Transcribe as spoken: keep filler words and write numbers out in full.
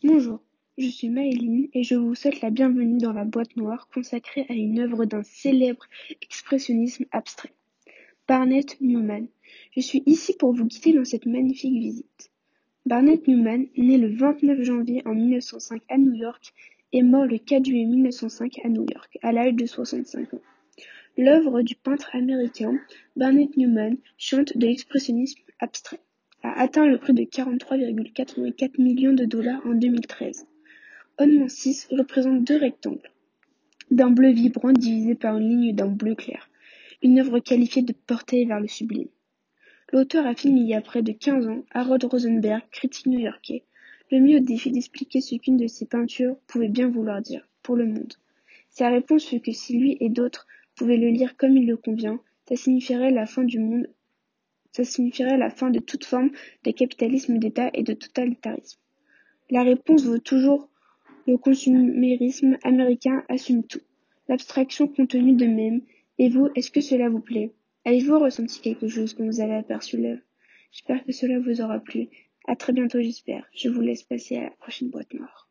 Bonjour, je suis Maëline et je vous souhaite la bienvenue dans la boîte noire consacrée à une œuvre d'un célèbre expressionnisme abstrait, Barnett Newman. Je suis ici pour vous guider dans cette magnifique visite. Barnett Newman, né le vingt-neuf janvier en mille neuf cent cinq à New York, est mort le quatre juillet mille neuf cent cinq à New York, à l'âge de soixante-cinq ans. L'œuvre du peintre américain Barnett Newman, chante de l'expressionnisme abstrait, a atteint le prix de quarante-trois virgule quatre-vingt-quatre millions de dollars en deux mille treize. Odement six représente deux rectangles, d'un bleu vibrant divisé par une ligne d'un bleu clair, une œuvre qualifiée de portée vers le sublime. L'auteur affirme il y a près de quinze ans, Harold Rosenberg, critique new-yorkais, le mis au défi d'expliquer ce qu'une de ses peintures pouvait bien vouloir dire, pour le monde. Sa réponse fut que si lui et d'autres pouvaient le lire comme il le convient, ça signifierait la fin du monde, ça signifierait la fin de toute forme de capitalisme d'État et de totalitarisme. La réponse vaut toujours. Le consumérisme américain assume tout, l'abstraction contenue de même. Et vous, est-ce que cela vous plaît? Avez-vous ressenti quelque chose quand vous avez aperçu l'œuvre? J'espère que cela vous aura plu. À très bientôt, j'espère. Je vous laisse passer à la prochaine boîte noire.